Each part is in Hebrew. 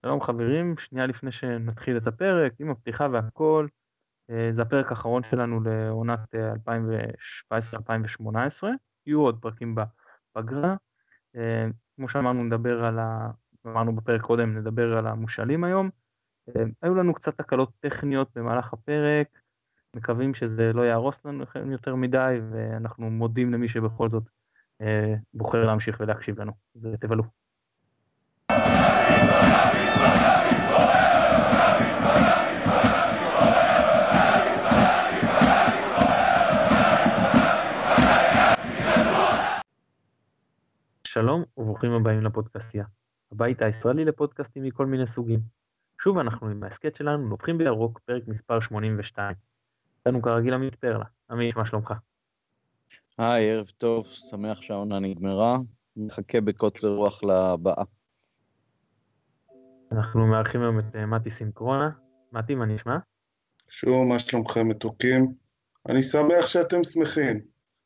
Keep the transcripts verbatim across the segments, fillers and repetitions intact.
שלום חברים, שנייה לפני שנתחיל את הפרק, עם הפתיחה והכל, זה הפרק האחרון שלנו לעונת אלפיים שבע עשרה אלפיים ושמונה עשרה, יהיו עוד פרקים בפגרה, כמו שאמרנו נדבר על ה... אמרנו בפרק קודם, נדבר על המושאלים היום, היו לנו קצת תקלות טכניות במהלך הפרק, מקווים שזה לא יהרוס לנו יותר מדי, ואנחנו מודים למי שבכל זאת בוחר להמשיך ולהקשיב לנו, אז תבלו. שלום וברוכים הבאים לפודקאסטיה, הבית הישראלי לפודקאסטים מכל מיני סוגים. שוב אנחנו עם ההסכת שלנו, לוקחים בירוק, פרק מספר שמונים ושתיים. איתנו כרגיל עמית פרלה. עמית, מה שלומך? היי, ערב טוב, שמח שהעונה נגמרה, מחכה בקוצר רוח לבאה. אנחנו מארחים היום את מתי סינקרונה. מתי, מה נשמע? שוב, מה שלומכם מתוקים? אני שמח שאתם שמחים.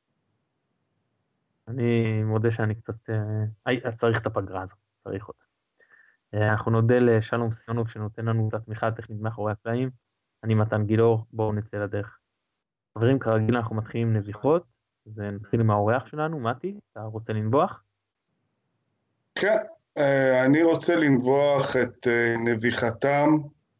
אני מודה שאני קצת... אה, צריך את הפגרה הזו, צריך אותה. אה, אנחנו נודה לשלום סיונוב שנותן לנו את התמיכה הטכנית מאחורי הקלעים. אני מתן גילאור, בואו נצא לדרך. חברים, כרגיל אנחנו מתחילים נביחות, אז נתחיל עם האורח שלנו. מתי, אתה רוצה לנבוח? כן, אני רוצה לנבוח את נביחתם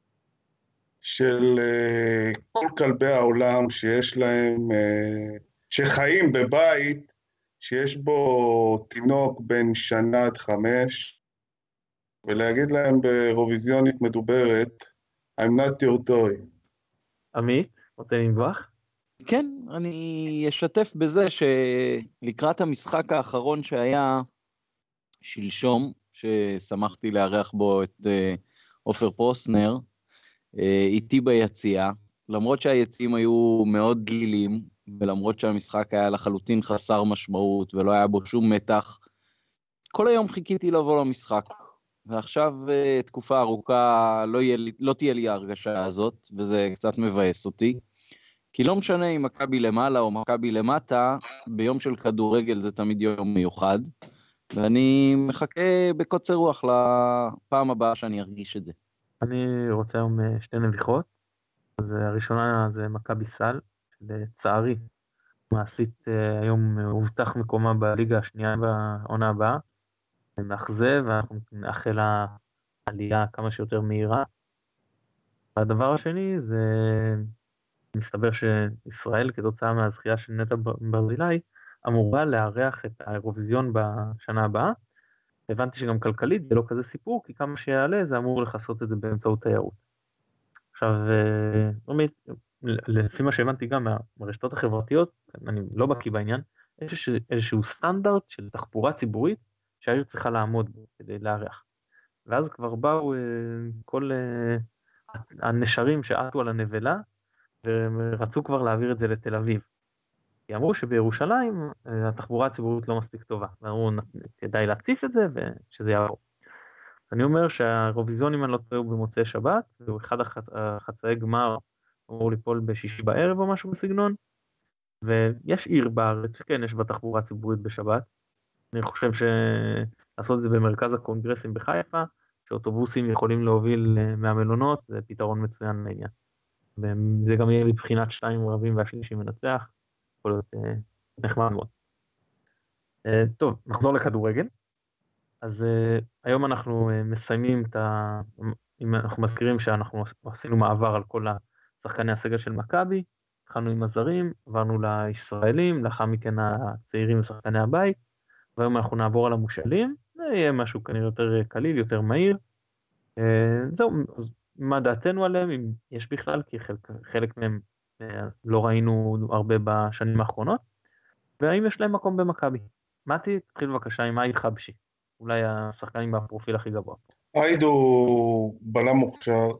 של כל כלבי העולם שיש להם, שחיים בבית שיש בו תינוק בין שנה עד חמש, ולהגיד להם באירוויזיונית מדוברת, I'm not your toy. עמית, רוצה לנבוח? כן, אני אשתף בזה שלקראת המשחק האחרון שהיה שלשום, ששמחתי לארח בו את עופר פרוסנר, איתי ביציאה, למרות שהיציאים היו מאוד דלילים, ולמרות שהמשחק היה לחלוטין חסר משמעות, ולא היה בו שום מתח, כל היום חיכיתי לבוא למשחק, ועכשיו תקופה ארוכה לא, יהיה, לא תהיה לי ההרגשה הזאת, וזה קצת מבאס אותי, כי לא משנה אם מכבי למעלה או מכבי למטה, ביום של כדורגל זה תמיד יום מיוחד, ואני מחכה בקוצר רוח לפעם הבאה שאני ארגיש את זה. אני רוצה היום שתי נביחות. אז הראשונה זה מכבי סל, לצערי מעשית היום הובטח מקומה בליגה השנייה בעונה הבאה, מאכזב, ואנחנו נאחל לה עלייה כמה שיותר מהירה. והדבר השני זה מסתבר שישראל כתוצאה מהזכייה של נטע ברזילי אמורה לארח את האירוויזיון בשנה הבאה. הבנתי שגם כלכלית זה לא כזה סיפור, כי כמה שיעלה זה אמור לחסות את זה באמצעות תיירות. עכשיו, לפי מה שהבנתי גם מהרשתות החברתיות, אני לא בקיא בעניין, יש איזשהו סטנדרט של תחבורה ציבורית שהיו צריכה לעמוד בו כדי לארח. ואז כבר באו כל הנשרים שעטו על הנבלה, ורצו כבר להעביר את זה לתל אביב. כי אמרו שבירושלים התחבורה הציבורית לא מספיק טובה, ואמרו כדאי להקציף את זה ושזה יעבור. אני אומר שהאירוויזיון, אם אני לא טועה, הוא במוצאי שבת, והוא אחד החצאי גמר אמור ליפול בשישי בערב או משהו בסגנון, ויש עיר בארץ שכן יש בה תחבורה ציבורית בשבת. אני חושב שלעשות את זה במרכז הקונגרסים בחיפה, שאוטובוסים יכולים להוביל מהמלונות, זה פתרון מצוין לעניין. וזה גם יהיה מבחינת שתיים רבים והשלישי מנצח, יכול להיות אה, נחמד מאוד. אה, טוב, נחזור לכדורגל. אז uh, היום אנחנו uh, מסיימים את ה... אם אנחנו מזכירים שאנחנו עשינו מעבר על כל השחקני הסגל של מכבי, התחלנו עם הזרים, עברנו לישראלים, לאחר מכן הצעירים ושחקני הבית, והיום אנחנו נעבור על המושאלים, זה יהיה משהו כנראה יותר קליל, יותר מהיר. Uh, זהו, אז מה דעתנו עליהם, אם יש בכלל, כי חלק, חלק מהם uh, לא ראינו הרבה בשנים האחרונות, והאם יש להם מקום במכבי. מתי, תתחיל בבקשה עם אייד חבשי. אולי השחקנים בפרופיל הכי גבוה. אייד הוא בלם מוכשר,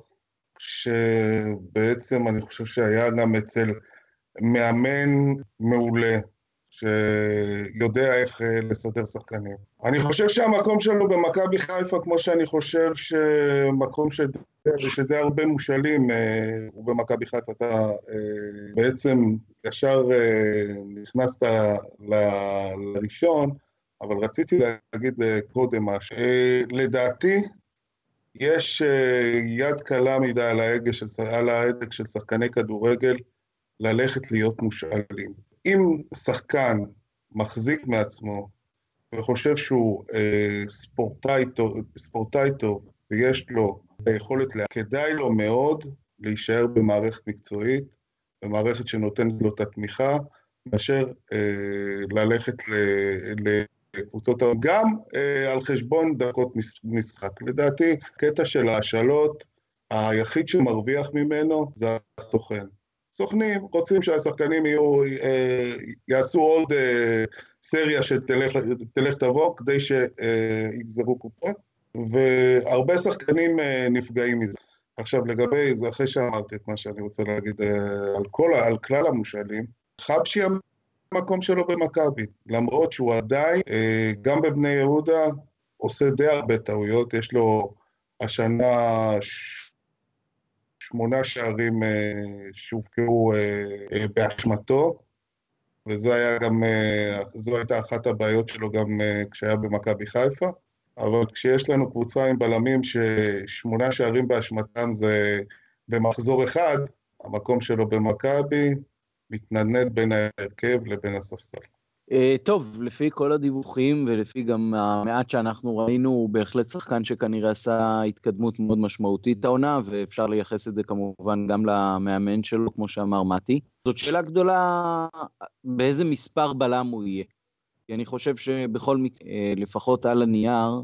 שבעצם אני חושב שהיה גם אצל מאמן מעולה, שיודע איך לסדר שחקנים. אני חושב שהמקום שלו במכבי חיפה, כמו שאני חושב שמקום שדי הרבה מושאלים, הוא במכבי חיפה, אתה בעצם ישר נכנסת לראשון, אבל רציתי להגיד קודם משהו. לדעתי, יש יד קלה מדי על ההדק של, על ההדק של שחקני כדורגל ללכת להיות מושאלים. אם שחקן מחזיק מעצמו וחושב שהוא אה, ספורטאי טוב, ספורטאי טוב ויש לו היכולת, לה... כדאי לו מאוד להישאר במערכת מקצועית, במערכת שנותנת לו את התמיכה, מאשר אה, ללכת ל... לקבוצות, גם אה, על חשבון דקות משחק. לדעתי, קטע של ההשאלות, היחיד שמרוויח ממנו זה הסוכן. סוכנים רוצים שהשחקנים יהיו, אה, יעשו עוד אה, סריה שתלך תלך תבוא, כדי שיגזרו קופון, והרבה שחקנים אה, נפגעים מזה. עכשיו לגבי זה, אחרי שאמרתי את מה שאני רוצה להגיד אה, על, כל, על כלל המושאלים, חבשי המקום שלו במכבי, למרות שהוא עדיין, אה, גם בבני יהודה, עושה די הרבה טעויות, יש לו השנה ש... שמונה שערים אה, שהופקעו אה, אה, באשמתו, וזו היה גם, אה, זו הייתה אחת הבעיות שלו גם אה, כשהיה במכבי חיפה, אבל כשיש לנו קבוצה עם בלמים ששמונה שערים באשמתם זה במחזור אחד, המקום שלו במכבי מתנדנד בין ההרכב לבין הספסל. טוב, לפי כל הדיווחים ולפי גם המעט שאנחנו ראינו, הוא בהחלט שחקן שכנראה עשה התקדמות מאוד משמעותית העונה, ואפשר לייחס את זה כמובן גם למאמן שלו, כמו שאמר מתי. זאת שאלה גדולה, באיזה מספר בלם הוא יהיה. כי אני חושב שבכל מקרה, לפחות על הנייר,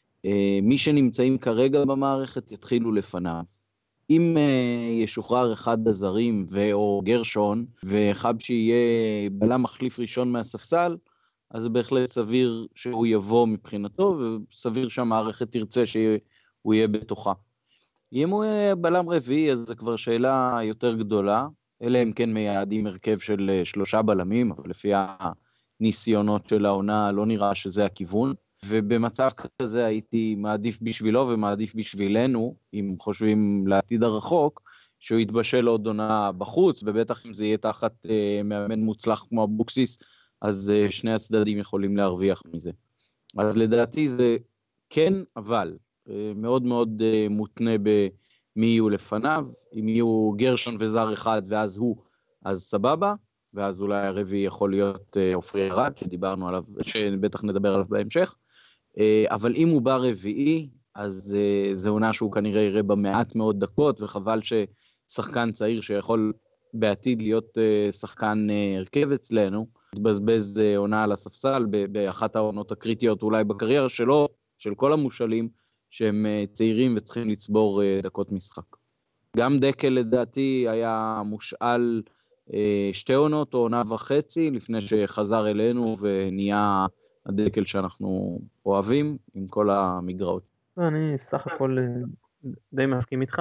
מי שנמצאים כרגע במערכת יתחילו לפניו. אם ישוחרר אחד הזרים או גרשון, וחבשי יהיה בלם מחליף ראשון מהספסל, אז זה בהחלט סביר שהוא יבוא מבחינתו, וסביר שהמערכת תרצה שהוא יהיה בתוכה. אם הוא יהיה בלם רביעי, אז זו כבר שאלה יותר גדולה, אלה הם כן מייעדים הרכב של שלושה בלמים, אבל לפי הניסיונות של העונה לא נראה שזה הכיוון, ובמצב כזה הייתי מעדיף בשבילו ומעדיף בשבילנו, אם חושבים לעתיד הרחוק, שהוא יתבשל עוד עונה בחוץ, ובטח אם זה יהיה תחת אה, מאמן מוצלח כמו אבוקסיס, אז אה, שני הצדדים יכולים להרוויח מזה. אז לדעתי זה כן, אבל אה, מאוד מאוד אה, מותנה במי יהיו לפניו, אם יהיו גרשון וזר אחד ואז הוא, אז סבבה, ואז אולי הרביעי יכול להיות אה, עופרי ארד, שדיברנו עליו, שבטח נדבר עליו בהמשך, אבל אם הוא בא רביעי, אז זה עונה שהוא כנראה יראה במעט מאוד דקות, וחבל ששחקן צעיר שיכול בעתיד להיות שחקן הרכב אצלנו, תבזבז עונה על הספסל באחת העונות הקריטיות אולי בקריירה שלו, של כל המושאלים, שהם צעירים וצריכים לצבור דקות משחק. גם דקל לדעתי היה מושאל שתי עונות או עונה וחצי, לפני שחזר אלינו ונהיה הדקל שאנחנו אוהבים עם כל המגרעות. אני סך הכל די מסכים איתך.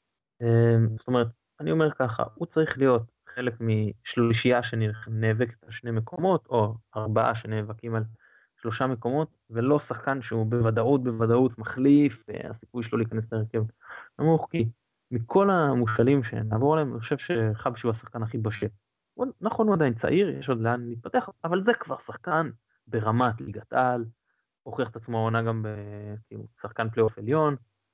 זאת אומרת, אני אומר ככה, הוא צריך להיות חלק משלישייה שנאבקת על שני מקומות, או ארבעה שנאבקים על שלושה מקומות, ולא שחקן שהוא בוודאות, בוודאות מחליף, הסיכוי שלו להיכנס להרכב נמוך, כי מכל המושאלים שנעבור עליהם, אני חושב שחבשי הוא השחקן הכי בשל. נכון, הוא עדיין צעיר, יש עוד לאן להתפתח, אבל זה כבר שחקן ברמת ליגת על, הוכיח את עצמו העונה גם בשחקן פלייאוף עליון,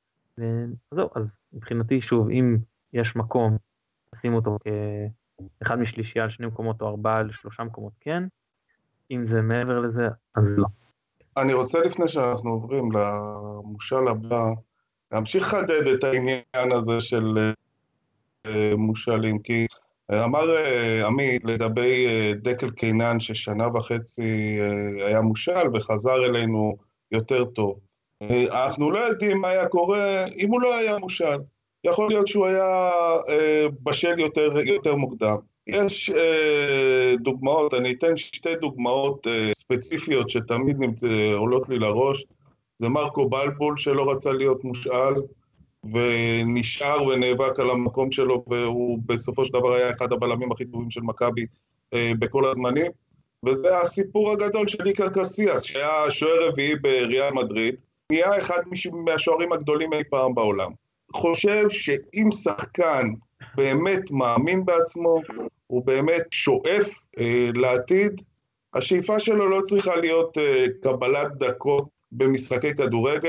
וזהו, אז מבחינתי שוב, אם יש מקום, שים אותו כאחד משלישייה על שני מקומות או ארבעה על שלושה מקומות, כן, אם זה מעבר לזה, אז לא. אני רוצה לפני שאנחנו עוברים למושל הבא, להמשיך לחדד את העניין הזה של מושלים, כי אמר עמית לגבי דקל קינן ששנה וחצי היה מושל וחזר אלינו יותר טוב. אנחנו לא יודעים מה היה קורה אם הוא לא היה מושל. יכול להיות שהוא היה בשל יותר, יותר מוקדם. יש דוגמאות, אני אתן שתי דוגמאות ספציפיות שתמיד עולות לי לראש. זה מרקו בלבול שלא רצה להיות מושל, ונשאר ונאבק על המקום שלו, והוא בסופו של דבר היה אחד הבלמים הכי טובים של מכבי אה, בכל הזמנים, וזה הסיפור הגדול של איקר קסיאס, שהיה שוער רביעי בריאל מדריד, נהיה אחד מהשוערים הגדולים אי פעם בעולם. חושב שאם שחקן באמת מאמין בעצמו, הוא באמת שואף אה, לעתיד, השאיפה שלו לא צריכה להיות אה, קבלת דקות במשחקי כדורגל,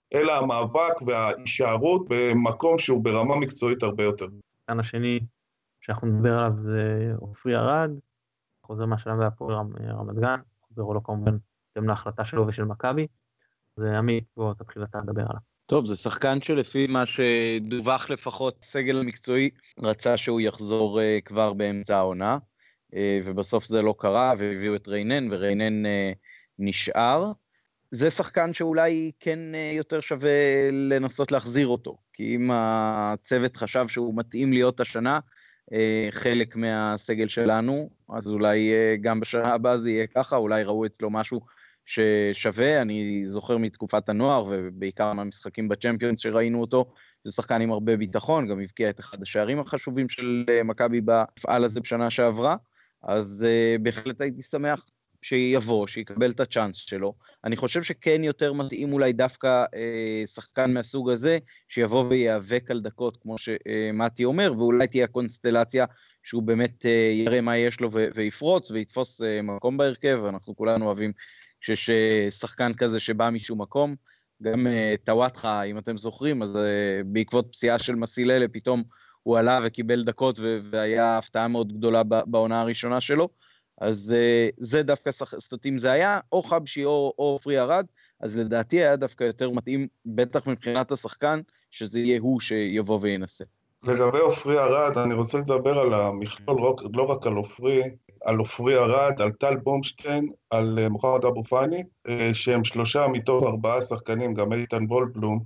אלא המאבק וההישארות במקום שהוא ברמה מקצועית הרבה יותר. השחקן השני שאנחנו נדבר עליו זה עופרי ארד, חוזר מהשלב בהפועל רמת גן, חוזר או לא כמובן, אתם להחלטה שלו ושל מכבי, זה עמית, בוא תתחיל אתה לדבר עליו. טוב, זה שחקן שלפי מה שדווח לפחות סגל המקצועי, רצה שהוא יחזור uh, כבר באמצע העונה, uh, ובסוף זה לא קרה, והביאו את ריינן, וריינן uh, נשאר. זה שחקן שאולי כן uh, יותר שווה לנסות להחזיר אותו, כי אם הצוות חשב שהוא מתאים להיות השנה, uh, חלק מהסגל שלנו, אז אולי uh, גם בשנה הבאה זה יהיה ככה, אולי ראו אצלו משהו, ששווה, אני זוכר מתקופת הנוער, ובעיקר מהמשחקים בצ'מפיונס שראינו אותו, זה שחקן עם הרבה ביטחון, גם הבקיע את אחד השערים החשובים של מכבי במפעל הזה בשנה שעברה, אז uh, בהחלט הייתי שמח שיבוא, שיקבל את הצ'אנס שלו. אני חושב שכן יותר מתאים אולי דווקא uh, שחקן מהסוג הזה, שיבוא ויאבק על דקות, כמו שמתי אומר, ואולי תהיה הקונסטלציה, שהוא באמת uh, יראה מה יש לו ו- ויפרוץ, ויתפוס uh, מקום בהרכב, ואנחנו כולנו אוהבים כשיש שחקן כזה שבא משום מקום, גם טוואטחה, אם אתם זוכרים, אז בעקבות פציעה של מסיללה, פתאום הוא עלה וקיבל דקות, והיה הפתעה מאוד גדולה בעונה הראשונה שלו, אז זה דווקא סטטים זה היה, או חבשי או עופרי ארד, אז לדעתי היה דווקא יותר מתאים, בטח מבחינת השחקן, שזה יהיה הוא שיבוא וינסה. לגבי עופרי ארד, אני רוצה לדבר על המכלול, לא רק על עופרי, על עופרי ארד, על טל בומשטיין, על מוחמד אבו פאני, שהם שלושה מתוך ארבעה שחקנים, גם איתן וולבלום,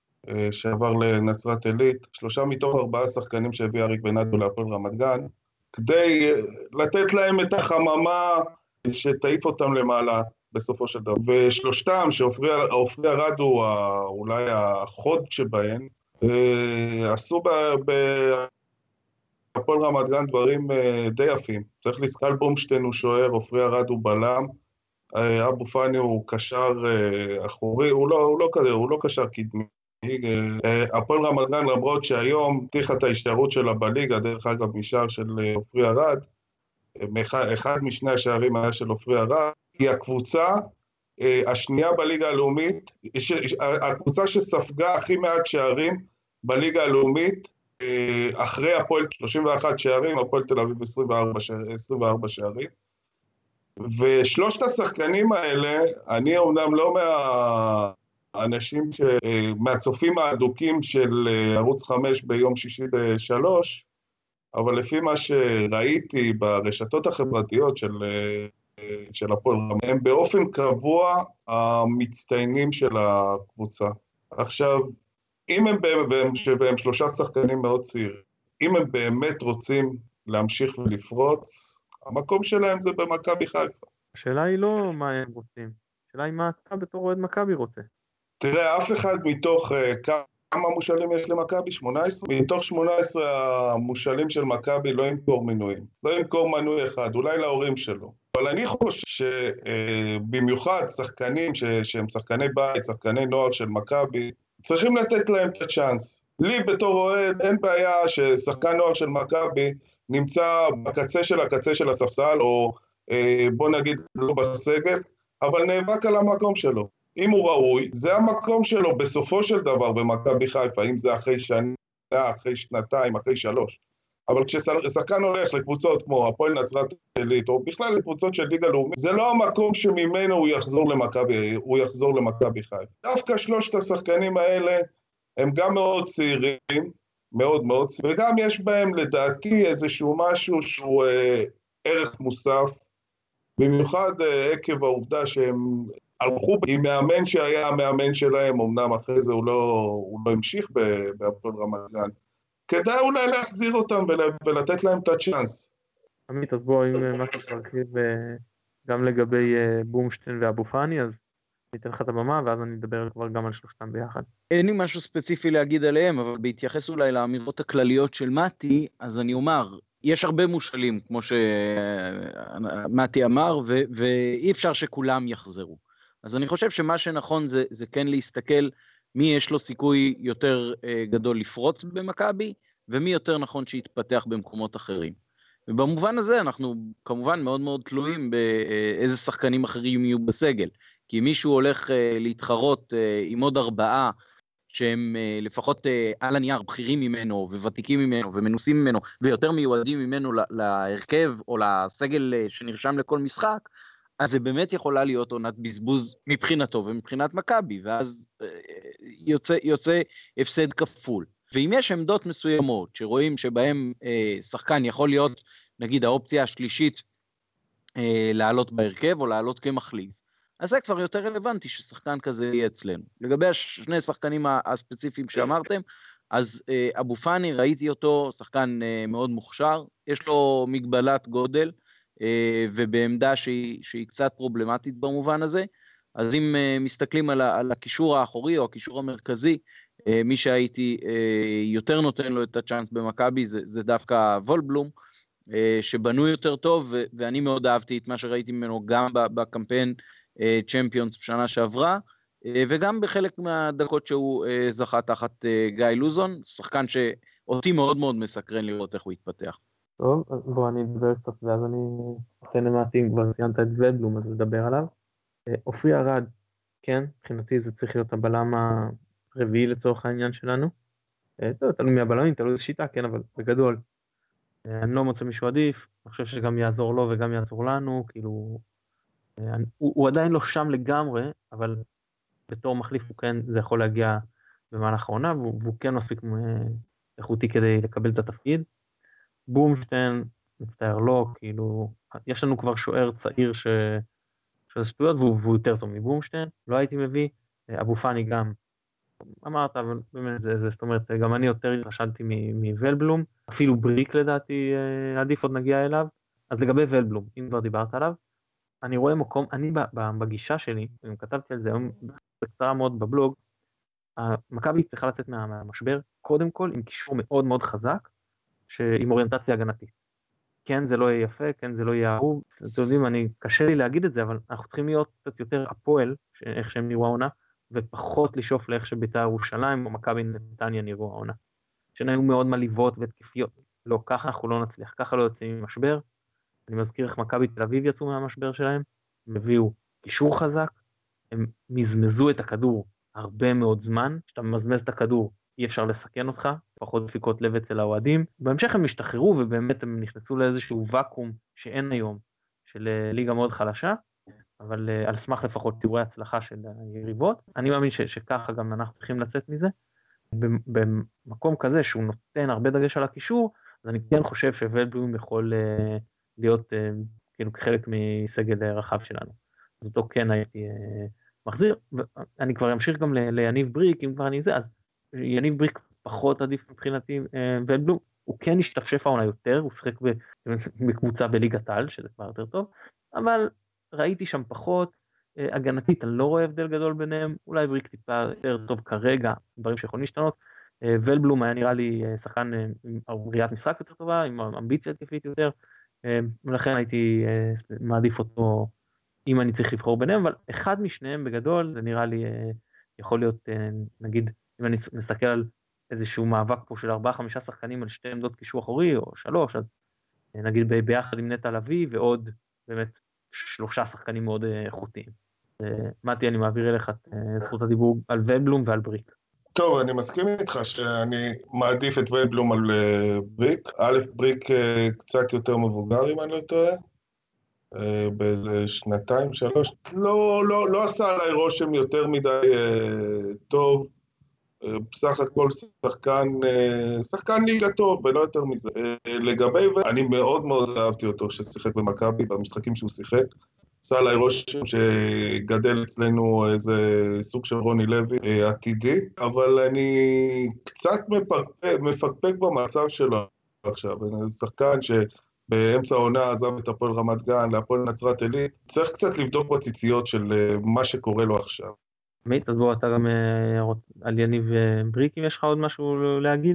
שעבר לנצרת עילית, שלושה מתוך ארבעה שחקנים שהביא אריק בנאדו להפועל רמת גן, כדי לתת להם את החממה שתעיף אותם למעלה בסופו של דבר. ושלושתם, שעופרי ארד הוא אולי החוד שבהם, עשו בהפועל רמת גן דברים די יפים. צריך לזכור, בומשטיין הוא שוער, עופרי ארד הוא בלם, אבו פאני הוא קשר אחורי, הוא לא, הוא לא כזה, הוא לא קשר קדמי. הפועל רמת גן, למרות שהיום תיך את ההשתערות שלה בליגה, דרך אגב משער של עופרי ארד, אחד משני השערים היה של עופרי ארד, היא הקבוצה השנייה בליגה הלאומית, הקבוצה שספגה הכי מעט שערים בליגה הלאומית, אחרי הפועל שלושים ואחד שערים, הפועל תל אביב עשרים וארבע שערים. ושלושת השחקנים האלה, אני אומנם לא מהאנשים, ש... מהצופים האדוקים של ערוץ חמש ביום שישי בשלוש, אבל לפי מה שראיתי ברשתות החברתיות של... של הפועל, הם באופן קבוע המצטיינים של הקבוצה. עכשיו, אם הם, והם, והם שלושה שחקנים מאוד צעירים, אם הם באמת רוצים להמשיך ולפרוץ, המקום שלהם זה במכבי חיפה. השאלה היא לא מה הם רוצים, השאלה היא מה אתה בתור אוהד מכבי רוצה. תראה, אף אחד מתוך, כמה מושאלים יש למכבי? שמונה עשרה? מתוך שמונה עשרה המושאלים של מכבי לא ימכור מנויים. לא ימכור מנוי אחד, אולי להורים שלו. אבל אני חושב שבמיוחד שחקנים שהם שחקני בית, שחקני נוער של מכבי, צריכים לתת להם את הצ'אנס. לי בתור אוהד אין בעיה ששחקן נוער של מכבי נמצא בקצה של הקצה של הספסל, או בוא נגיד לא בסגל, אבל נאבק על המקום שלו. אם הוא ראוי, זה המקום שלו בסופו של דבר במכבי חיפה, אם זה אחרי שנה, אחרי שנתיים, אחרי שלוש. אבל כששחקן הולך לקבוצות כמו הפועל נצרת עילית, או בכלל לקבוצות של ליגה לאומית, זה לא המקום שממנו הוא יחזור למכבי, הוא יחזור למכבי חיפה. דווקא שלושת השחקנים האלה הם גם מאוד צעירים, מאוד מאוד צעירים, וגם יש בהם לדעתי איזשהו משהו שהוא אה, ערך מוסף, במיוחד אה, עקב העובדה שהם הלכו עם מאמן שהיה המאמן שלהם, אמנם אחרי זה הוא לא, הוא לא המשיך בהפועל רמת גן. כדאי אולי להחזיר אותם ולתת להם את הצ'אנס. עמית, אז בוא, אם משהו תרחיב גם לגבי בומשטיין ואבו פאני, אז ניתן לך את הבמה, ואז אני אדבר כבר גם על שלושתם ביחד. אין לי משהו ספציפי להגיד עליהם, אבל בהתייחס אולי לאמירות הכלליות של מתי, אז אני אומר, יש הרבה מושאלים, כמו שמתי אמר, ו- ואי אפשר שכולם יחזרו. אז אני חושב שמה שנכון זה, זה כן להסתכל מי יש לו סיכוי יותר uh, גדול לפרוץ במכבי, ומי יותר נכון שיתפתח במקומות אחרים. ובמובן הזה אנחנו כמובן מאוד מאוד תלויים באיזה שחקנים אחרים יהיו בסגל, כי מישהו הולך להתחרות עם עוד ארבעה, שהם לפחות על הנייר בכירים ממנו, וותיקים ממנו, ומנוסים ממנו, ויותר מיועדים ממנו להרכב, או לסגל שנרשם לכל משחק, אז זה באמת יכולה להיות עונת בזבוז מבחינתו ומבחינת מכבי, ואז יוצא, יוצא הפסד כפול. ואם יש עמדות מסוימות שרואים שבהם אה, שחקן יכול להיות, נגיד האופציה השלישית, אה, לעלות בהרכב או לעלות כמחליף, אז זה כבר יותר רלוונטי ששחקן כזה יהיה אצלנו. לגבי השני שחקנים הספציפיים שאמרתם, אז אה, אבו פאני, ראיתי אותו, שחקן אה, מאוד מוכשר, יש לו מגבלת גודל, ובעמדה שהיא, שהיא קצת פרובלמטית במובן הזה, אז אם מסתכלים על, על הקישור האחורי או הקישור המרכזי, מי שהייתי יותר נותן לו את הצ'אנס במכבי, זה, זה דווקא וולבלום, שבנו יותר טוב, ואני מאוד אהבתי את מה שראיתי ממנו גם בקמפיין צ'מפיונס בשנה שעברה, וגם בחלק מהדקות שהוא זכה תחת גיא לוזון, שחקן שאותי מאוד מאוד מסקרן לראות איך הוא יתפתח. טוב, בוא אני אדבר קצת, ואז אני אתן למעטים, כבר ציינת את וולבלום, אז לדבר עליו. עופרי ארד, כן, מבחינתי זה צריך להיות הבלם הרביעי לצורך העניין שלנו. טוב, תלוי מהבלמים, תלוי איזו שיטה, כן, אבל בגדול. אני לא מוצא מישהו עדיף, אני חושב שגם יעזור לו וגם יעזור לנו, כאילו, הוא, הוא עדיין לא שם לגמרי, אבל בתור מחליף הוא כן, זה יכול להגיע במהלך העונה, והוא, והוא כן מספיק איכותי כדי לקבל את התפקיד. בורנשטיין, מצטער לא, כאילו, יש לנו כבר שוער צעיר ש... שזה שטויות, והוא, והוא יותר טוב מבורנשטיין, לא הייתי מביא, אבו פאני גם, אמרת, אבל באמת זה, זה, זאת אומרת, גם אני יותר התרשמתי מוולבלום, אפילו בריק לדעתי עדיף עוד נגיע אליו, אז לגבי וולבלום, אם כבר דיברת עליו, אני רואה מקום, אני בגישה שלי, אם כתבתי על זה היום בקצרה מאוד בבלוג, מכבי צריכה לצאת מהמשבר, קודם כל עם קישור מאוד מאוד חזק, עם אוריינטציה הגנתית. כן, זה לא יהיה יפה, כן, זה לא יהיה אהוב, אתם יודעים, אני, קשה לי להגיד את זה, אבל אנחנו צריכים להיות קצת יותר הפועל, איך שהם נראו העונה, ופחות לשאוף לאיך שבית"ר ירושלים, או מכבי נתניה נראו העונה. שהיו מאוד מליבות ותקיפיות. לא, ככה אנחנו לא נצליח, ככה לא יוצאים ממשבר. אני מזכיר איך מכבי תל אביב יצאו מהמשבר שלהם, הם הביאו קישור חזק, הם מזמזו את הכדור הרבה מאוד זמן, כשאתה ממזמז את הכדור, אי אפשר לסכן אותך, פחות דפיקות לב אצל האוהדים. בהמשך הם השתחררו, ובאמת הם נכנסו לאיזשהו ואקום שאין היום, של ליגה מאוד חלשה, אבל על סמך לפחות תיאורי הצלחה של היריבות. אני מאמין ש- שככה גם אנחנו צריכים לצאת מזה. במקום כזה שהוא נותן הרבה דגש על הקישור, אז אני כן חושב שוולבלום יכול להיות כאילו כחלק מסגל רחב שלנו. אז אותו כן הייתי מחזיר, ואני כבר אמשיך גם ליניב בריק, אם כבר אני זה, אז יניב בריק פחות עדיף מבחינתי וולבלום, הוא כן השתפשף העונה יותר, הוא שחק בקבוצה בליגת העל, שזה כבר יותר טוב, אבל ראיתי שם פחות, הגנתית, אני לא רואה הבדל גדול ביניהם, אולי בריק טיפה יותר טוב כרגע, דברים שיכולים להשתנות, וולבלום היה נראה לי שחקן עם ראיית משחק יותר טובה, עם אמביציה התקפית יותר, ולכן הייתי מעדיף אותו, אם אני צריך לבחור ביניהם, אבל אחד משניהם בגדול, זה נראה לי יכול להיות, נגיד, אם אני מסתכל על איזשהו מאבק פה של ארבעה, חמישה שחקנים על שתי עמדות קישור אחורי, או שלוש, אז נגיד ביחד עם נטע לביא, ועוד באמת שלושה שחקנים מאוד איכותיים. מתי, אני מעביר אליך את זכות הדיבור על וולבלום ועל בריק. טוב, אני מסכים איתך שאני מעדיף את וולבלום על בריק. א', בריק קצת יותר מבוגר, אם אני לא טועה. באיזה שנתיים, שלוש. לא, לא, לא עשה עליי רושם יותר מדי טוב. בסך הכל שחקן, שחקן ליגה טוב, ולא יותר מזה. לגבי, אני מאוד מאוד אהבתי אותו ששיחק במכבי, במשחקים שהוא שיחק. עשה עליי רושם שגדל אצלנו איזה סוג של רוני לוי עתידי, אבל אני קצת מפקפק, מפקפק במצב שלו עכשיו. זה שחקן שבאמצע העונה עזב את הפועל רמת גן להפועל נצרת עילית. צריך קצת לבדוק בציציות של מה שקורה לו עכשיו. עמית, אז בוא, אתה גם על יניב בריק, אם יש לך עוד משהו להגיד?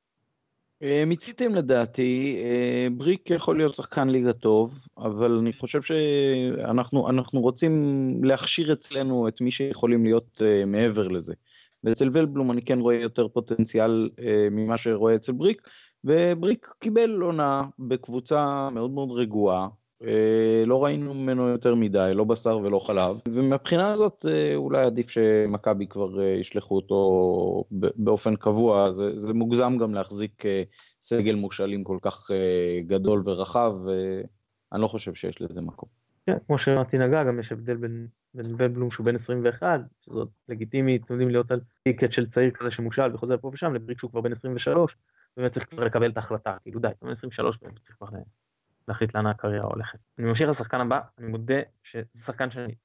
מיציתם לדעתי, בריק יכול להיות שחקן ליגה טוב, אבל אני חושב שאנחנו אנחנו רוצים להכשיר אצלנו את מי שיכולים להיות מעבר לזה. ואצל וולבלום אני כן רואה יותר פוטנציאל ממה שרואה אצל בריק, ובריק קיבל עונה בקבוצה מאוד מאוד רגועה, לא ראינו ממנו יותר מדי, לא בשר ולא חלב, ומבחינה הזאת אולי עדיף שמכבי כבר ישלחו אותו באופן קבוע, זה, זה מוגזם גם להחזיק סגל מושאלים כל כך גדול ורחב, ואני לא חושב שיש לזה מקום. כן, כמו שאמרתי נגע, גם יש הבדל בין, בין בלבלום שהוא בן עשרים ואחת, שזאת לגיטימית, יודעים להיות על טיקט של צעיר כזה שמושאל וחוזר פה ושם, לבריק שהוא כבר בן עשרים ושלוש, באמת צריך כבר לקבל את ההחלטה, כאילו די, בן עשרים ושלוש, באמת צריך כבר להחליט לאן הקריירה הולכת. אני ממשיך לשחקן הבא, אני מודה שזה שחקן שאני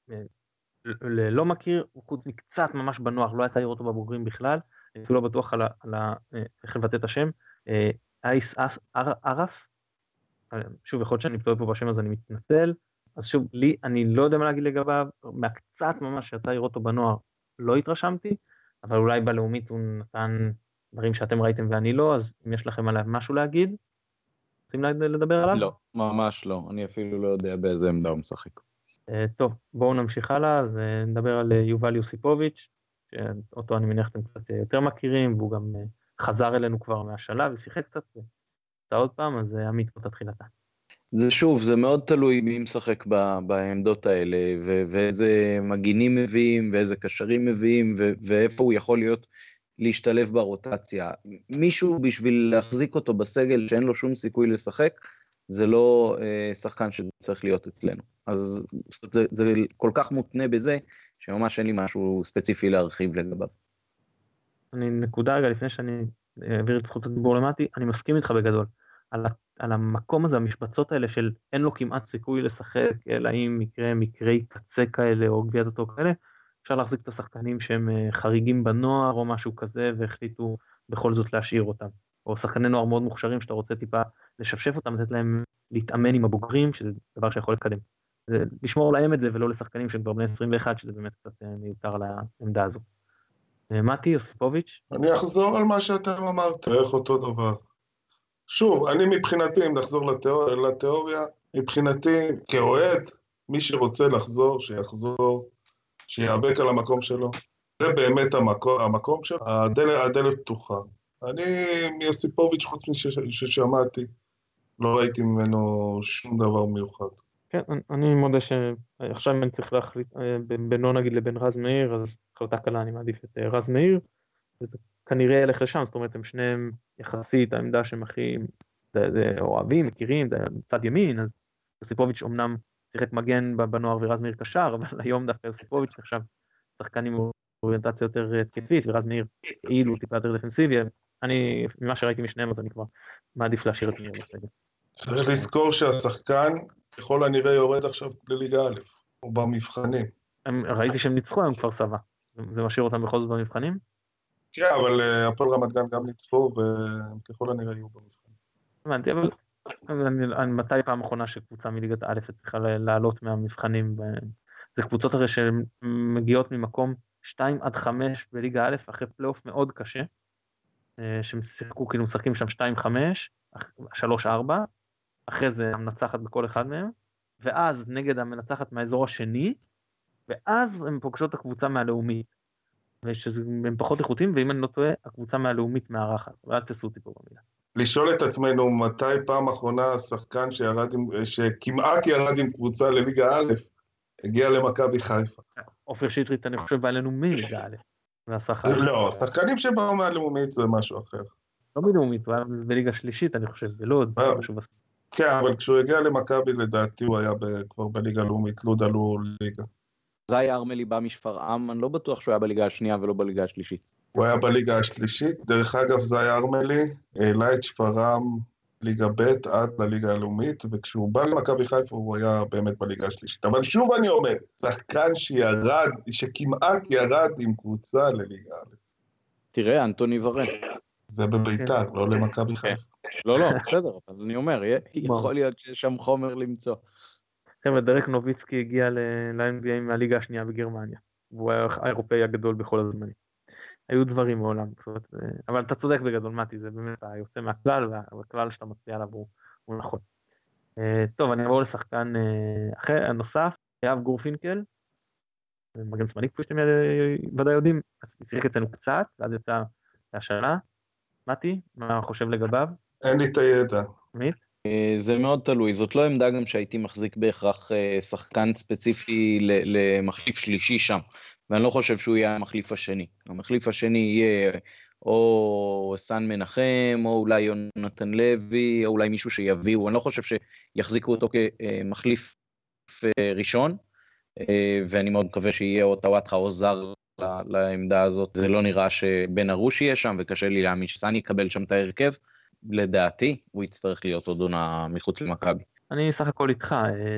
לא מכיר, הוא חוץ מקצת ממש בנוח, לא יצא לראות אותו בבוגרים בכלל, אני לא בטוח על, על איך לבטא את השם, אייס ערף, שוב, יכול להיות שאני טועה פה בשם אז אני מתנצל, אז שוב, לי, אני לא יודע מה להגיד לגביו, מהקצת ממש שיצא לראות אותו בנוער, לא התרשמתי, אבל אולי בלאומית הוא נתן דברים שאתם ראיתם ואני לא, אז אם יש לכם עליו משהו להגיד, רוצים לדבר עליו? לא, ממש לא, אני אפילו לא יודע באיזה עמדה הוא משחק. טוב, בואו נמשיך הלאה, אז נדבר על יובל יוסיפוביץ', שאותו אני מניח אתם קצת יותר מכירים, והוא גם חזר אלינו כבר מהשלב, ושיחק קצת, עוד פעם, אז עמית פה תתחילתה. זה שוב, זה מאוד תלוי מי משחק בעמדות האלה, ואיזה מגינים מביאים, ואיזה קשרים מביאים, ואיפה הוא יכול להיות להשתלב ברוטציה. מישהו בשביל להחזיק אותו בסגל שאין לו שום סיכוי לשחק, זה לא שחקן שצריך להיות אצלנו. אז זה, זה כל כך מותנה בזה, שממש אין לי משהו ספציפי להרחיב לגביו. אני נקודה רגע, לפני שאני אעביר את זכות הדיבור למטי, אני מסכים איתך בגדול. על, על המקום הזה, המשבצות האלה של אין לו כמעט סיכוי לשחק, אלא אם מקרה, מקרי קצה כאלה או גביעת אותו כאלה, אפשר להחזיק את השחקנים שהם חריגים בנוער או משהו כזה, והחליטו בכל זאת להשאיר אותם. או שחקני נוער מאוד מוכשרים שאתה רוצה טיפה לשפשף אותם, לתת להם להתאמן עם הבוגרים, שזה דבר שיכול לקדם. זה לשמור להם את זה ולא לשחקנים שהם כבר בני עשרים ואחת, שזה באמת קצת מיותר על העמדה הזו. מתי, יוסיפוביץ'? אני אחזור על מה שאתם אמרתם, איך אותו דבר. שוב, אני מבחינתי, אם נחזור לתיאוריה, לתיאוריה, מבחינתי, כאוהד, מי שרוצה לחזור, שיחזור, שיאבק על המקום שלו. זה באמת המקום, המקום שלו, הדלת, הדלת פתוחה. אני, מיוסיפוביץ', חוץ מששמעתי, לא ראיתי ממנו שום דבר מיוחד. כן, אני מודה שעכשיו אני צריך להחליט בינו נגיד לבין רז מאיר, אז החלטה קלה, אני מעדיף את רז מאיר, וזה כנראה ילך לשם, זאת אומרת, הם שניהם יחסית, העמדה שהם הכי זה, זה אוהבים, מכירים, זה צד ימין, אז יוסיפוביץ' אומנם שיחק מגן בנוער ורז מאיר קשר, אבל היום דווקא יוסיפוביץ' עכשיו שחקן עם אוריינטציה יותר התקפית, ורז מאיר כאילו טיפה יותר דפנסיבי, אני, ממה שראיתי משניהם, אז אני כבר מעדיף להשאיר את מאיר בסגל. צריך לזכור שהשחקן ככל הנראה יורד עכשיו לליגה א', או במבחנים. ראיתי שהם ניצחו היום כפר סבא, זה משאיר אותם בכל זאת במבחנים? כן, אבל הפועל רמת גן גם ניצחו, וככל הנראה יהיו במבחנים. הבנתי, אבל מתי פעם אחרונה שקבוצה מליגת א' צריכה לעלות מהמבחנים? זה קבוצות הרי שמגיעות ממקום שתיים עד חמש בליגה א', אחרי פלייאוף מאוד קשה, שהם שיחקו, כאילו משחקים שם שתיים חמש, שלוש ארבע, אחרי זה המנצחת בכל אחד מהם, ואז נגד המנצחת מהאזור השני, ואז הם פוגשות את הקבוצה מהלאומית, והם פחות איכותיים, ואם אני לא טועה, הקבוצה מהלאומית מארחת, ואל תעשו אותי פה במילה. לשאול את עצמנו מתי פעם אחרונה השחקן שירד עם, שכמעט ירד עם קבוצה לליגה א', הגיע למכבי חיפה. עופר שטרית, אני חושב, בא אלינו מליגה א', לא, שחקנים שבאו מהלאומית זה משהו אחר. לא מלאומית, הוא היה בליגה שלישית, אני חושב, בלוד, משהו בסדר. כן, אבל כשהוא הגיע למכבי, לדעתי הוא היה כבר בליגה לאומית, לוד עלו ליגה. זאי ארמלי בא משפרעם, אני לא בטוח שהוא היה בליגה השנייה ולא בליגה השלישית. הוא היה בליגה השלישית, דרך אגב זאי ארמלי העלה את שפרעם ליגה ב' עד לליגה הלאומית, וכשהוא בא למכבי חיפה הוא היה באמת בליגה השלישית. אבל שוב אני אומר, שחקן שירד, שכמעט ירד עם קבוצה לליגה א'. תראה, אנטוני ורן. זה בביתר, לא למכבי חיפה. לא, לא, בסדר, אבל אני אומר, יכול להיות שיש שם חומר למצוא. חבר'ה, דרק נוביצקי הגיע ל-אן בי איי מהליגה השנייה בגרמניה, והוא היה האירופאי הגדול בכל הזמנים. היו דברים מעולם, אבל אתה צודק בגדול, מתי, זה באמת היוצא מהכלל, והכלל שאתה מציע עליו הוא נכון. טוב, אני אעבור לשחקן אחר, הנוסף, יאב גורפינקל, מגן שמאלי, כפי שאתם ודאי יודעים, אז שיחק אצלנו קצת, ואז יצא להשאלה. מתי, מה חושב לגביו? אין לי את הידע. מית? זה מאוד תלוי, זאת לא עמדה גם שהייתי מחזיק בהכרח שחקן ספציפי למחליף שלישי שם, ואני לא חושב שהוא יהיה המחליף השני. המחליף השני יהיה או סן מנחם, או אולי יונתן לוי, או אולי מישהו שיביאו, אני לא חושב שיחזיקו אותו כמחליף ראשון, ואני מאוד מקווה שיהיה או טוואטחה או זר לעמדה הזאת. זה לא נראה שבן ארוש יהיה שם, וקשה לי להאמין שסן יקבל שם את ההרכב. לדעתי, הוא יצטרך להיות עוד עונה מחוץ למכבי. אני סך הכל איתך.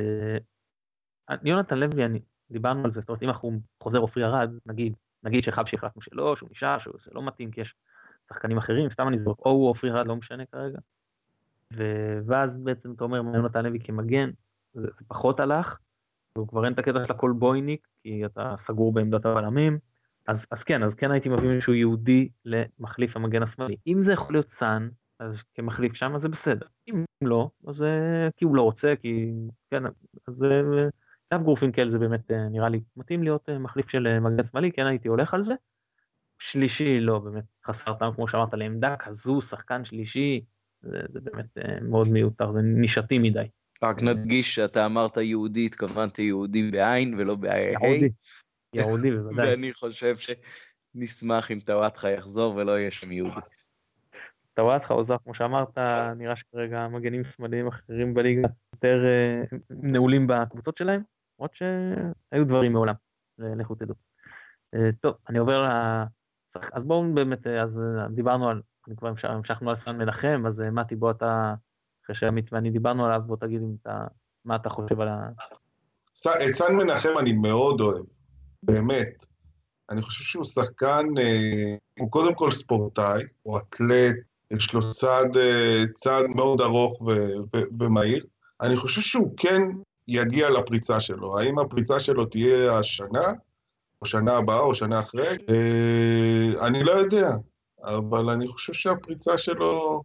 יונתן לוי, אני, דיברנו על זה, זאת אומרת, אם אנחנו חוזר אופרי ארד, נגיד, נגיד שחבשי החלטנו שלא, שהוא נשאר, שהוא לא מתאים, כי יש שחקנים אחרים, סתם אני זורק, או הוא אופרי ארד, לא משנה כרגע. ואז בעצם אתה אומר, יונתן לוי כמגן, זה, זה פחות הלך, והוא כבר אין את הקטע של הכל בויניק, כי אתה סגור בעמדת הבלמים, אז, אז כן, אז כן הייתי מביא מישהו יהודי למחליף המגן השמאלי. אם זה יכול להיות סן, אז כמחליף שם, אז זה בסדר. אם לא, אז זה כי הוא לא רוצה, כי כן, אז זה, גם גורפינקל זה באמת נראה לי מתאים להיות מחליף של מגן שמאלי, כן הייתי הולך על זה. שלישי, לא, באמת חסר טעם, כמו שאמרת, לעמדה כזו, שחקן שלישי, זה, זה באמת מאוד מיותר, זה נישתי מדי. רק נדגיש שאתה אמרת יהודי, התכוונתי יהודי בעין ולא בעין. יהודי, יהודי בוודאי. ואני חושב שנשמח אם טוואטחה יחזור ולא יהיה שם יהודי. טוואטחה או זר, כמו שאמרת, נראה שכרגע מגנים שמאליים אחרים בליגה יותר נעולים בקבוצות שלהם, עוד שהיו דברים מעולם, לכו תדעו. טוב, אני עובר לשחק, אז בואו באמת, אז דיברנו על, אני כבר המשכנו על סן מנחם, אז מתי בוא אתה, אחרי שעמית ואני דיברנו עליו, בוא תגיד אם אתה, מה אתה חושב על ה... את סן מנחם אני מאוד אוהב, באמת. אני חושב שהוא שחקן, הוא קודם כל ספורטאי, הוא אתלט, יש לו צעד, צעד מאוד ארוך ו- ו- ומהיר. אני חושב שהוא כן יגיע לפריצה שלו. האם הפריצה שלו תהיה השנה, או שנה הבאה, או שנה אחרי? אני לא יודע, אבל אני חושב שהפריצה שלו,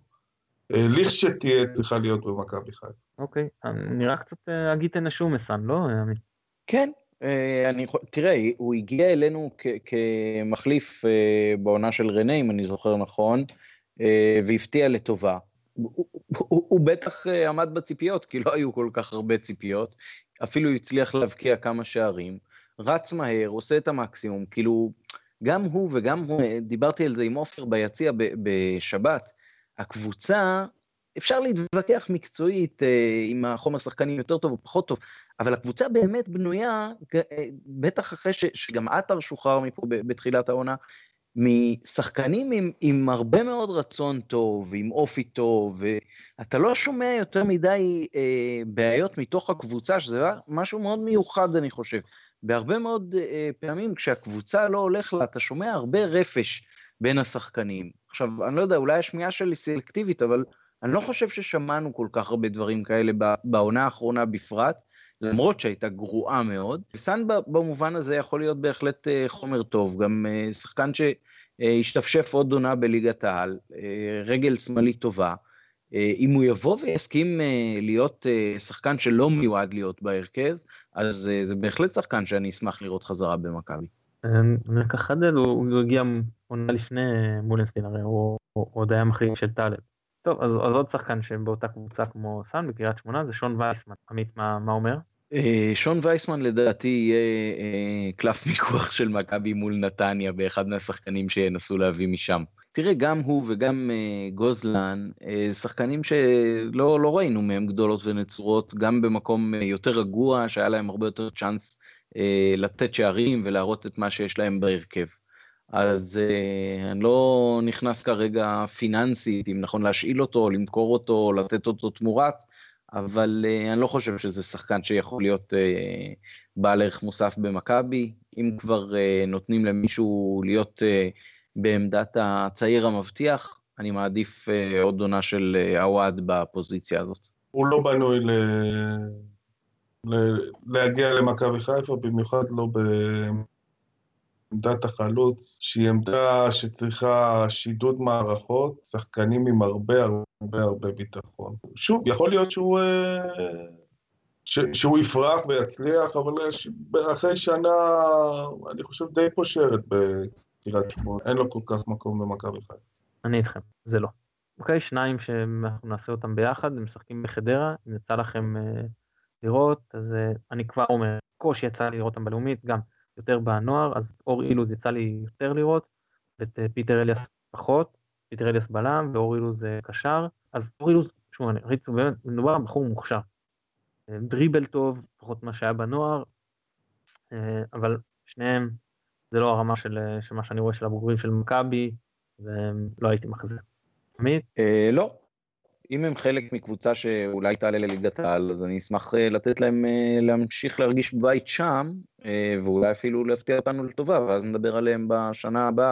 לכשתהיה, צריכה להיות במכבי חיפה. אוקיי, נראה קצת אגיד נשום מסן, לא? כן. אני, תראה, הוא הגיע אלינו כ- כמחליף בעונה של רנה, אם אני זוכר נכון, והפתיע לטובה. הוא, הוא, הוא בטח עמד בציפיות, כי לא היו כל כך הרבה ציפיות, אפילו הצליח להבקיע כמה שערים, רץ מהר, עושה את המקסימום, כאילו, גם הוא וגם הוא, דיברתי על זה עם אופר ביציע בשבת, הקבוצה, אפשר להתווכח מקצועית עם החומר שחקנים יותר טוב או פחות טוב, אבל הקבוצה באמת בנויה, בטח אחרי ש, שגם עטר שוחרר מפה בתחילת העונה, משחקנים עם, עם הרבה מאוד רצון טוב, עם אופי טוב, ואתה לא שומע יותר מדי אה, בעיות מתוך הקבוצה, שזה משהו מאוד מיוחד אני חושב. בהרבה מאוד אה, פעמים כשהקבוצה לא הולך לה, אתה שומע הרבה רפש בין השחקנים. עכשיו, אני לא יודע, אולי השמיעה שלי סלקטיבית, אבל אני לא חושב ששמענו כל כך הרבה דברים כאלה בעונה האחרונה בפרט, למרות שהייתה גרועה מאוד. סן במובן הזה יכול להיות בהחלט חומר טוב, גם שחקן שהשתפשף עוד עונה בליגת העל, רגל שמאלי טובה. אם הוא יבוא ויסכים להיות שחקן שלא מיועד להיות בהרכב, אז זה בהחלט שחקן שאני אשמח לראות חזרה במכבי. אני ככה חדל, הוא הגיע עונה לפני מולנסטין, הרי הוא עוד היה מחליף של טלב. טוב, אז, אז עוד שחקן שבאותה קבוצה כמו סן בקריית שמונה, זה שון וייסמן. עמית, מה, מה אומר? שון וייסמן לדעתי יהיה קלף מיקוח של מכבי מול נתניה, באחד מהשחקנים שינסו להביא משם. תראה, גם הוא וגם גוזלן, שחקנים שלא לא ראינו מהם גדולות ונצורות, גם במקום יותר רגוע, שהיה להם הרבה יותר צ'אנס לתת שערים ולהראות את מה שיש להם בהרכב. אז uh, אני לא נכנס כרגע פיננסית, אם נכון להשאיל אותו, למכור אותו, או לתת אותו תמורת, אבל uh, אני לא חושב שזה שחקן שיכול להיות uh, בעל ערך מוסף במכבי. אם כבר uh, נותנים למישהו להיות uh, בעמדת הצעיר המבטיח, אני מעדיף uh, עוד עונה של uh, עווד בפוזיציה הזאת. הוא לא בנוי ל... ל... להגיע למכבי חיפה, במיוחד לא ב... עמדת החלוץ, שהיא עמדה שצריכה שידוד מערכות, שחקנים עם הרבה הרבה הרבה ביטחון. שוב, יכול להיות שהוא, ש, שהוא יפרח ויצליח, אבל אחרי שנה, אני חושב די פושרת בקריית שמונה, אין לו כל כך מקום במכבי חיפה. אני איתכם, זה לא. אוקיי, שניים שאנחנו נעשה אותם ביחד, הם משחקים בחדרה, אם יצא לכם uh, לראות, אז uh, אני כבר אומר, קושי יצא לי לראות אותם בלאומית, גם יותר בנוער, אז אור אילוז יצא לי יותר לראות, ואת uh, פיטר אליאס פחות, פיטר אליאס בלם, ואור אילוז uh, קשר, אז אור אילוז, שוב, אני ראיתי, באמת, מדובר על בחור מוכשר, uh, דריבל טוב, פחות מה שהיה בנוער, uh, אבל שניהם, זה לא הרמה של, של מה שאני רואה של הבוגרים של מכבי, ולא הייתי מחזיר. עמית? אה, לא. אם הם חלק מקבוצה שאולי תעלה לליגת העל, אז אני אשמח אה, לתת להם אה, להמשיך להרגיש בבית שם, אה, ואולי אפילו להפתיע אותנו לטובה, ואז נדבר עליהם בשנה הבאה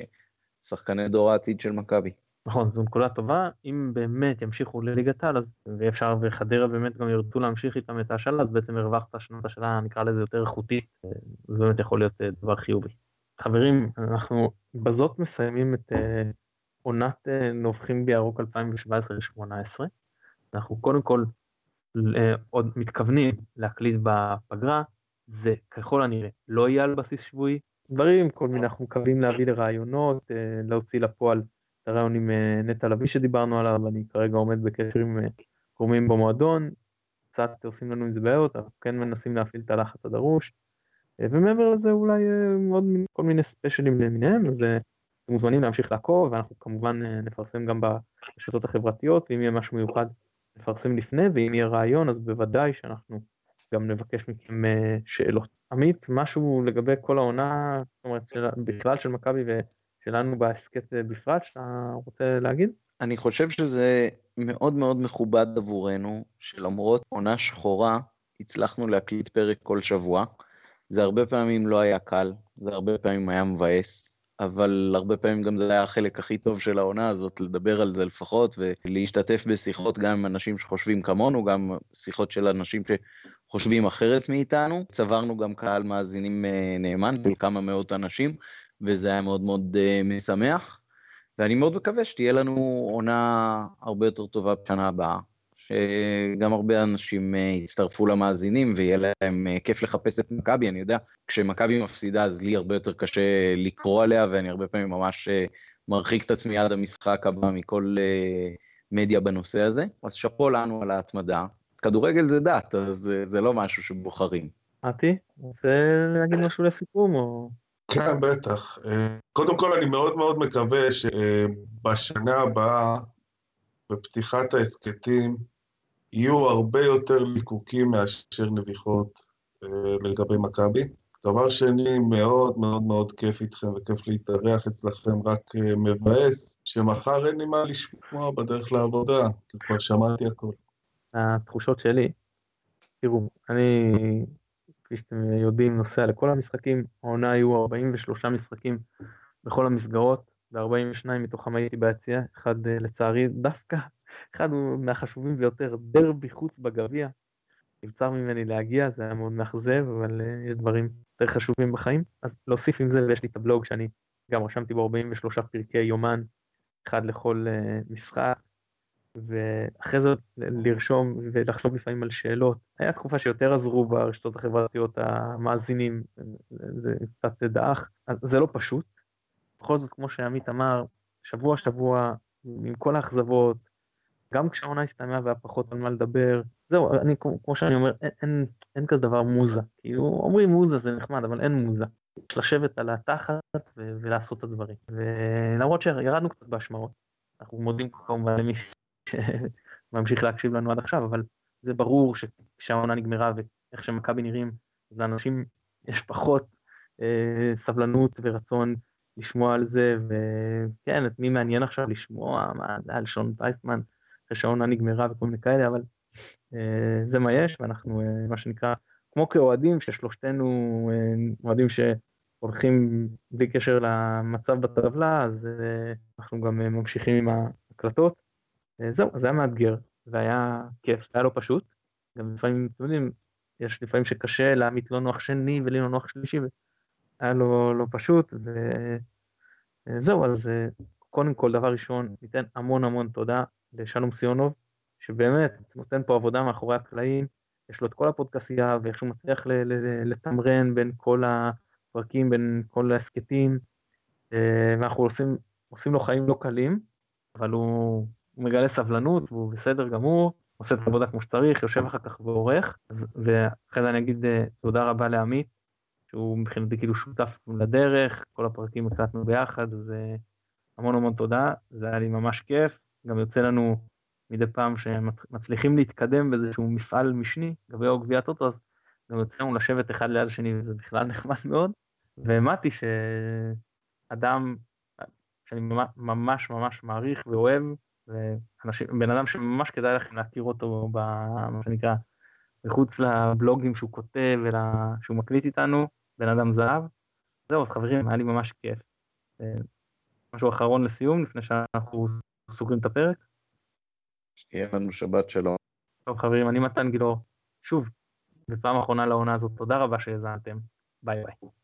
כשחקני דור העתיד של מכבי. נכון, זו נקודה טובה, אם באמת ימשיכו לליגת העל, אז ואפשר וחדרה באמת גם ירצו להמשיך איתם את השאלה, אז בעצם הרווחת שנת השאלה, נקרא לזה יותר איכותית, זה באמת יכול להיות אה, דבר חיובי. חברים, אנחנו בזאת מסיימים את אה, עונת אה, נובחים בירוק אלפיים שבע עשרה שמונה עשרה, אנחנו קודם כל אה, עוד מתכוונים להקליט בפגרה, זה ככל הנראה לא יהיה על בסיס שבועי, דברים, כל מיני, אנחנו מקווים להביא לרעיונות, אה, להוציא לפועל את הרעיון עם אה, נטע לביא שדיברנו עליו, אני כרגע עומד בקשר עם אה, גורמים במועדון, קצת עושים לנו עם זה בעיות, אנחנו כן מנסים להפעיל את הלחץ הדרוש, אה, ומעבר לזה אולי אה, עוד מיני- כל מיני ספיישלים למיניהם, אז אה, אתם מוזמנים להמשיך לעקוב, ואנחנו כמובן אה, נפרסם גם ברשתות החברתיות, ואם יהיה משהו מיוחד נפרסם לפני, ואם יהיה רעיון אז בוודאי שאנחנו גם נבקש מכם אה, שאלות. עמית, משהו לגבי כל העונה, זאת אומרת, של, בכלל של מכבי ושלנו בהסקט אה, בפרט, שאתה רוצה להגיד? אני חושב שזה מאוד מאוד מכובד עבורנו, שלמרות עונה שחורה, הצלחנו להקליט פרק כל שבוע. זה הרבה פעמים לא היה קל, זה הרבה פעמים היה מבאס, אבל הרבה פעמים גם זה היה החלק הכי טוב של העונה הזאת, לדבר על זה לפחות, ולהשתתף בשיחות גם עם אנשים שחושבים כמונו, גם שיחות של אנשים שחושבים אחרת מאיתנו. צברנו גם קהל מאזינים נאמן של כמה מאות אנשים, וזה היה מאוד מאוד משמח. ואני מאוד מקווה שתהיה לנו עונה הרבה יותר טובה בשנה הבאה, שגם הרבה אנשים יצטרפו למאזינים ויהיה להם כיף לחפש את מכבי. אני יודע, כשמכבי מפסידה אז לי הרבה יותר קשה לקרוא עליה, ואני הרבה פעמים ממש מרחיק את עצמי עד המשחק הבא מכל מדיה בנושא הזה, אז שפו לנו על ההתמדה. כדורגל זה דת, אז זה לא משהו שבוחרים. עתי, רוצה להגיד משהו לסיכום או... כן, בטח. קודם כל, אני מאוד מאוד מקווה שבשנה הבאה, בפתיחת ההסקטים, יהיו הרבה יותר ליקוקים מאשר נביחות לגבי מכבי. דבר שני, מאוד מאוד מאוד כיף איתכם וכיף להתארח אצלכם, רק מבאס, שמחר אין לי מה לשמוע בדרך לעבודה, כי כבר שמעתי הכל. התחושות שלי, תראו, אני... כפי שאתם יודעים, נוסע לכל המשחקים, העונה היו ארבעים ושלושה משחקים בכל המסגרות, ו-ארבעים ושניים מתוכם הייתי ביציע, אחד לצערי דווקא, אחד מהחשובים ביותר, דרבי חוץ בגביע, נבצר ממני להגיע, זה היה מאוד מאכזב, אבל יש דברים יותר חשובים בחיים, אז להוסיף עם זה, ויש לי את הבלוג שאני גם רשמתי בו ארבעים ושלושה פרקי יומן, אחד לכל משחק, ואחרי זה לרשום ולחשוב לפעמים על שאלות. היה תקופה שיותר עזרו ברשתות החברתיות המאזינים, זה קצת דאח, אז זה לא פשוט. בכל זאת, כמו שעמית אמר, שבוע שבוע, עם כל האכזבות, גם כשהעונה הסתיימה והיה פחות על מה לדבר, זהו, אני, כמו שאני אומר, אין, אין, אין כזה דבר מוזה. כאילו, אומרים מוזה זה נחמד, אבל אין מוזה. יש לשבת על התחת ו- ולעשות את הדברים. ולמרות שירדנו קצת בהשמעות, אנחנו מודים כמובן למי שממשיך להקשיב לנו עד עכשיו, אבל זה ברור שכשהעונה נגמרה ואיך שמכבי נראים, אז לאנשים יש פחות אה, סבלנות ורצון לשמוע על זה, וכן, את מי מעניין עכשיו לשמוע, מה זה על שון וייסמן, אחרי שהעונה נגמרה וכל מיני כאלה, אבל אה, זה מה יש, ואנחנו, אה, מה שנקרא, כמו כאוהדים, ששלושתנו אה, אוהדים שהולכים בלי קשר למצב בטבלה, אז אה, אנחנו גם אה, ממשיכים עם ההקלטות. זהו, זה היה מאתגר, והיה כיף, זה היה לא פשוט, גם לפעמים, אתם יודעים, יש לפעמים שקשה לעמית לא נוח שני ולי לא נוח שלישי, היה לו לא פשוט, וזהו, אז קודם כל, דבר ראשון, ניתן המון המון תודה לשלום סיונוב, שבאמת נותן פה עבודה מאחורי הקלעים, יש לו את כל הפודקאסיה, ואיך שהוא מצליח לתמרן בין כל הפרקים, בין כל ההסקטים, ואנחנו עושים, עושים לו חיים לא קלים, אבל הוא, הוא מגלה סבלנות, והוא בסדר גמור, עושה את העבודה כמו שצריך, יושב אחר כך ועורך, אז, ואחרי זה אני אגיד תודה רבה לעמית, שהוא מבחינתי כאילו שותף לדרך, כל הפרקים הקלטנו ביחד, אז המון המון תודה, זה היה לי ממש כיף, גם יוצא לנו מדי פעם שמצליחים להתקדם באיזשהו מפעל משני, גביע או גביע הטוטו, אז גם יוצא לנו לשבת אחד ליד השני, וזה בכלל נחמד מאוד, והאמנתי שאדם שאני ממש ממש מעריך ואוהב, ובן אדם שממש כדאי לכם להכיר אותו, במה שנקרא, מחוץ לבלוגים שהוא כותב, שהוא מקליט איתנו, בן אדם זהב. זהו, אז חברים, היה לי ממש כיף. משהו אחרון לסיום, לפני שאנחנו סוגרים את הפרק. שתהיה לנו שבת שלום. טוב חברים, אני מתן גילאור, שוב, בפעם האחרונה לעונה הזאת, תודה רבה שהאזנתם, ביי ביי.